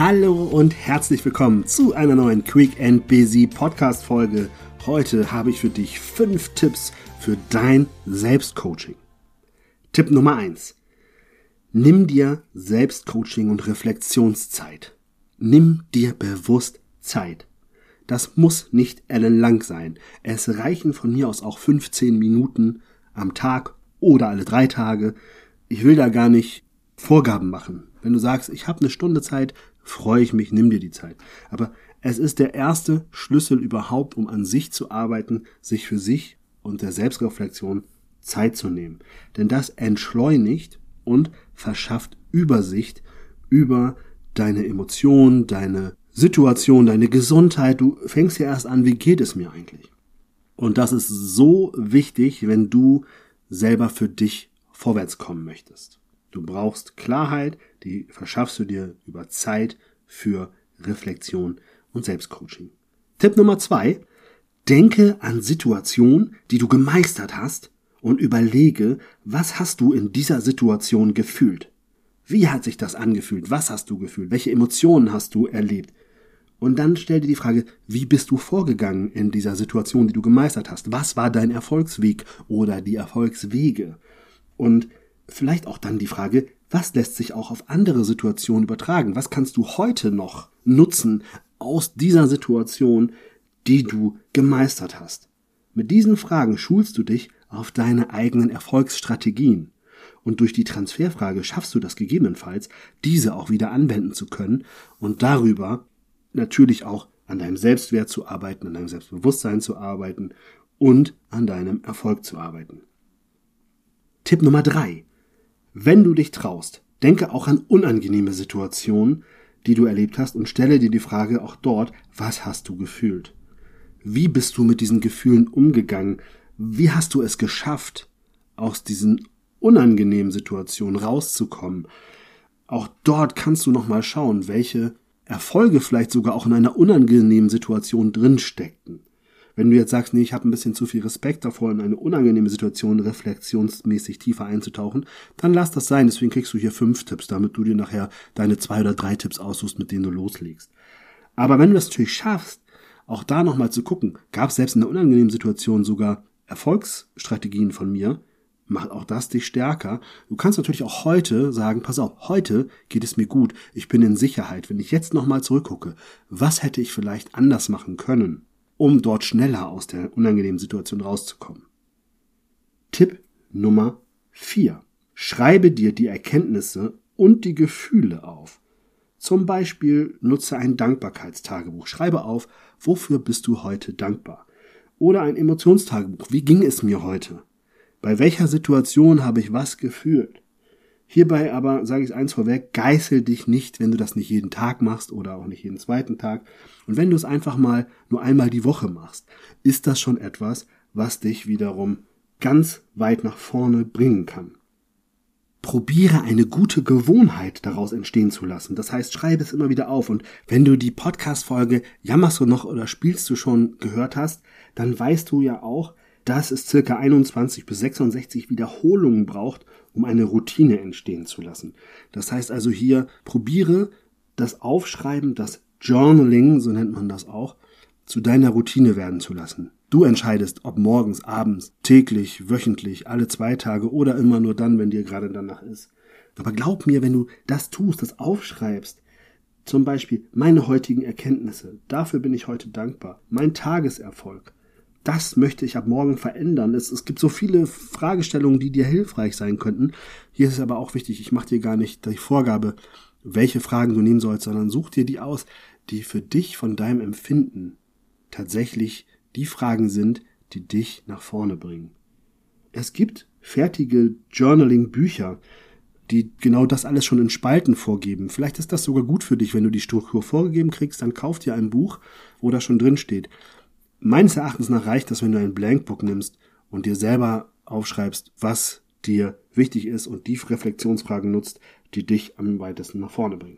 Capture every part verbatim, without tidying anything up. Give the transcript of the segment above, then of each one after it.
Hallo und herzlich willkommen zu einer neuen Quick and Busy Podcast Folge. Heute habe ich für dich fünf Tipps für dein Selbstcoaching. Tipp Nummer eins. Nimm dir Selbstcoaching und Reflexionszeit. Nimm dir bewusst Zeit. Das muss nicht ellenlang sein. Es reichen von mir aus auch fünfzehn Minuten am Tag oder alle drei Tage. Ich will da gar nicht Vorgaben machen. Wenn du sagst, ich habe eine Stunde Zeit, freue ich mich, nimm dir die Zeit. Aber es ist der erste Schlüssel überhaupt, um an sich zu arbeiten, sich für sich und der Selbstreflexion Zeit zu nehmen. Denn das entschleunigt und verschafft Übersicht über deine Emotionen, deine Situation, deine Gesundheit. Du fängst ja erst an, wie geht es mir eigentlich? Und das ist so wichtig, wenn du selber für dich vorwärts kommen möchtest. Du brauchst Klarheit, die verschaffst du dir über Zeit für Reflexion und Selbstcoaching. Tipp Nummer zwei. Denke an Situationen, die du gemeistert hast und überlege, was hast du in dieser Situation gefühlt? Wie hat sich das angefühlt? Was hast du gefühlt? Welche Emotionen hast du erlebt? Und dann stell dir die Frage, wie bist du vorgegangen in dieser Situation, die du gemeistert hast? Was war dein Erfolgsweg oder die Erfolgswege? Und vielleicht auch dann die Frage, was lässt sich auch auf andere Situationen übertragen? Was kannst du heute noch nutzen aus dieser Situation, die du gemeistert hast? Mit diesen Fragen schulst du dich auf deine eigenen Erfolgsstrategien. Und durch die Transferfrage schaffst du das gegebenenfalls, diese auch wieder anwenden zu können und darüber natürlich auch an deinem Selbstwert zu arbeiten, an deinem Selbstbewusstsein zu arbeiten und an deinem Erfolg zu arbeiten. Tipp Nummer drei. Wenn du dich traust, denke auch an unangenehme Situationen, die du erlebt hast und stelle dir die Frage auch dort, was hast du gefühlt? Wie bist du mit diesen Gefühlen umgegangen? Wie hast du es geschafft, aus diesen unangenehmen Situationen rauszukommen? Auch dort kannst du nochmal schauen, welche Erfolge vielleicht sogar auch in einer unangenehmen Situation drin steckten. Wenn du jetzt sagst, nee, ich habe ein bisschen zu viel Respekt davor, in eine unangenehme Situation reflexionsmäßig tiefer einzutauchen, dann lass das sein. Deswegen kriegst du hier fünf Tipps, damit du dir nachher deine zwei oder drei Tipps aussuchst, mit denen du loslegst. Aber wenn du das natürlich schaffst, auch da nochmal zu gucken, gab es selbst in einer unangenehmen Situation sogar Erfolgsstrategien von mir, macht auch das dich stärker. Du kannst natürlich auch heute sagen, pass auf, heute geht es mir gut, ich bin in Sicherheit. Wenn ich jetzt nochmal zurückgucke, was hätte ich vielleicht anders machen können, um dort schneller aus der unangenehmen Situation rauszukommen? Tipp Nummer vier. Schreibe dir die Erkenntnisse und die Gefühle auf. Zum Beispiel nutze ein Dankbarkeitstagebuch. Schreibe auf, wofür bist du heute dankbar? Oder ein Emotionstagebuch. Wie ging es mir heute? Bei welcher Situation habe ich was gefühlt? Hierbei aber, sage ich eins vorweg, geißel dich nicht, wenn du das nicht jeden Tag machst oder auch nicht jeden zweiten Tag. Und wenn du es einfach mal nur einmal die Woche machst, ist das schon etwas, was dich wiederum ganz weit nach vorne bringen kann. Probiere eine gute Gewohnheit daraus entstehen zu lassen. Das heißt, schreibe es immer wieder auf. Und wenn du die Podcast-Folge Jammerst du noch oder spielst du schon gehört hast, dann weißt du ja auch, dass es circa einundzwanzig bis sechsundsechzig Wiederholungen braucht, um eine Routine entstehen zu lassen. Das heißt also hier, probiere das Aufschreiben, das Journaling, so nennt man das auch, zu deiner Routine werden zu lassen. Du entscheidest, ob morgens, abends, täglich, wöchentlich, alle zwei Tage oder immer nur dann, wenn dir gerade danach ist. Aber glaub mir, wenn du das tust, das aufschreibst, zum Beispiel meine heutigen Erkenntnisse, dafür bin ich heute dankbar, mein Tageserfolg, das möchte ich ab morgen verändern. Es, es gibt so viele Fragestellungen, die dir hilfreich sein könnten. Hier ist es aber auch wichtig, ich mache dir gar nicht die Vorgabe, welche Fragen du nehmen sollst, sondern such dir die aus, die für dich von deinem Empfinden tatsächlich die Fragen sind, die dich nach vorne bringen. Es gibt fertige Journaling-Bücher, die genau das alles schon in Spalten vorgeben. Vielleicht ist das sogar gut für dich, wenn du die Struktur vorgegeben kriegst, dann kauf dir ein Buch, wo das schon drin steht. Meines Erachtens nach reicht das, wenn du ein Blankbook nimmst und dir selber aufschreibst, was dir wichtig ist und die Reflexionsfragen nutzt, die dich am weitesten nach vorne bringen.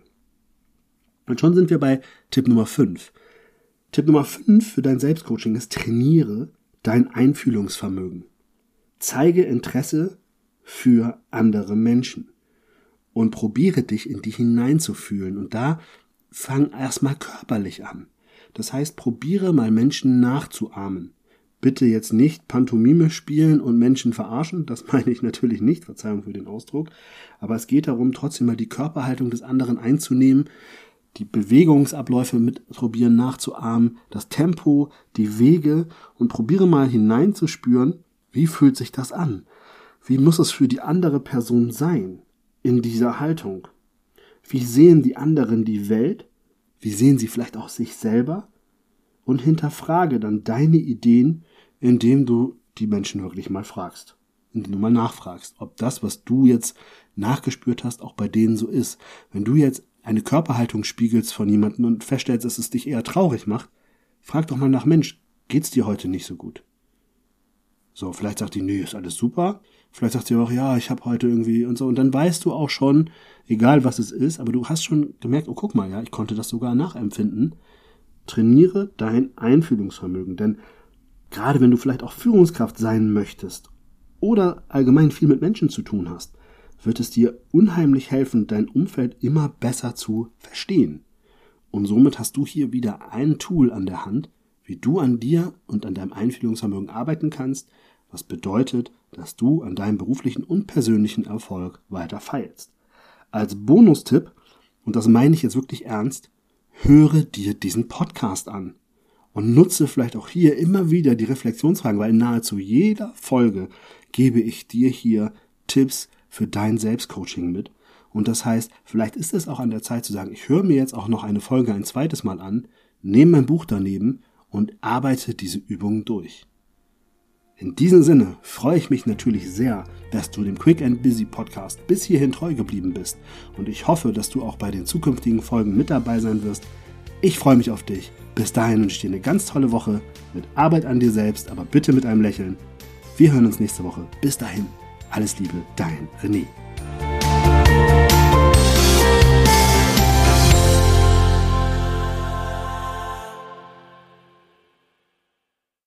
Und schon sind wir bei Tipp Nummer fünf. Tipp Nummer fünf für dein Selbstcoaching ist, trainiere dein Einfühlungsvermögen. Zeige Interesse für andere Menschen und probiere dich in die hineinzufühlen. Und da fang erstmal körperlich an. Das heißt, probiere mal Menschen nachzuahmen. Bitte jetzt nicht Pantomime spielen und Menschen verarschen, das meine ich natürlich nicht, Verzeihung für den Ausdruck, aber es geht darum, trotzdem mal die Körperhaltung des anderen einzunehmen, die Bewegungsabläufe mit probieren nachzuahmen, das Tempo, die Wege und probiere mal hineinzuspüren, wie fühlt sich das an? Wie muss es für die andere Person sein in dieser Haltung? Wie sehen die anderen die Welt? Wie sehen sie vielleicht auch sich selber? Und hinterfrage dann deine Ideen, indem du die Menschen wirklich mal fragst. Indem du mal nachfragst, ob das, was du jetzt nachgespürt hast, auch bei denen so ist. Wenn du jetzt eine Körperhaltung spiegelst von jemandem und feststellst, dass es dich eher traurig macht, frag doch mal nach, Mensch, geht's dir heute nicht so gut? So, vielleicht sagt die, nee, ist alles super. Vielleicht sagt sie auch, ja, ich habe heute irgendwie und so. Und dann weißt du auch schon, egal was es ist, aber du hast schon gemerkt, oh, guck mal, ja, ich konnte das sogar nachempfinden. Trainiere dein Einfühlungsvermögen, denn gerade wenn du vielleicht auch Führungskraft sein möchtest oder allgemein viel mit Menschen zu tun hast, wird es dir unheimlich helfen, dein Umfeld immer besser zu verstehen. Und somit hast du hier wieder ein Tool an der Hand, wie du an dir und an deinem Einfühlungsvermögen arbeiten kannst, was bedeutet, dass du an deinem beruflichen und persönlichen Erfolg weiter feilst. Als Bonustipp, und das meine ich jetzt wirklich ernst, höre dir diesen Podcast an und nutze vielleicht auch hier immer wieder die Reflexionsfragen, weil in nahezu jeder Folge gebe ich dir hier Tipps für dein Selbstcoaching mit. Und das heißt, vielleicht ist es auch an der Zeit zu sagen, ich höre mir jetzt auch noch eine Folge ein zweites Mal an, nehme mein Buch daneben und arbeite diese Übungen durch. In diesem Sinne freue ich mich natürlich sehr, dass du dem Quick and Busy Podcast bis hierhin treu geblieben bist und ich hoffe, dass du auch bei den zukünftigen Folgen mit dabei sein wirst. Ich freue mich auf dich. Bis dahin wünsche ich dir eine ganz tolle Woche mit Arbeit an dir selbst, aber bitte mit einem Lächeln. Wir hören uns nächste Woche. Bis dahin, alles Liebe, dein René.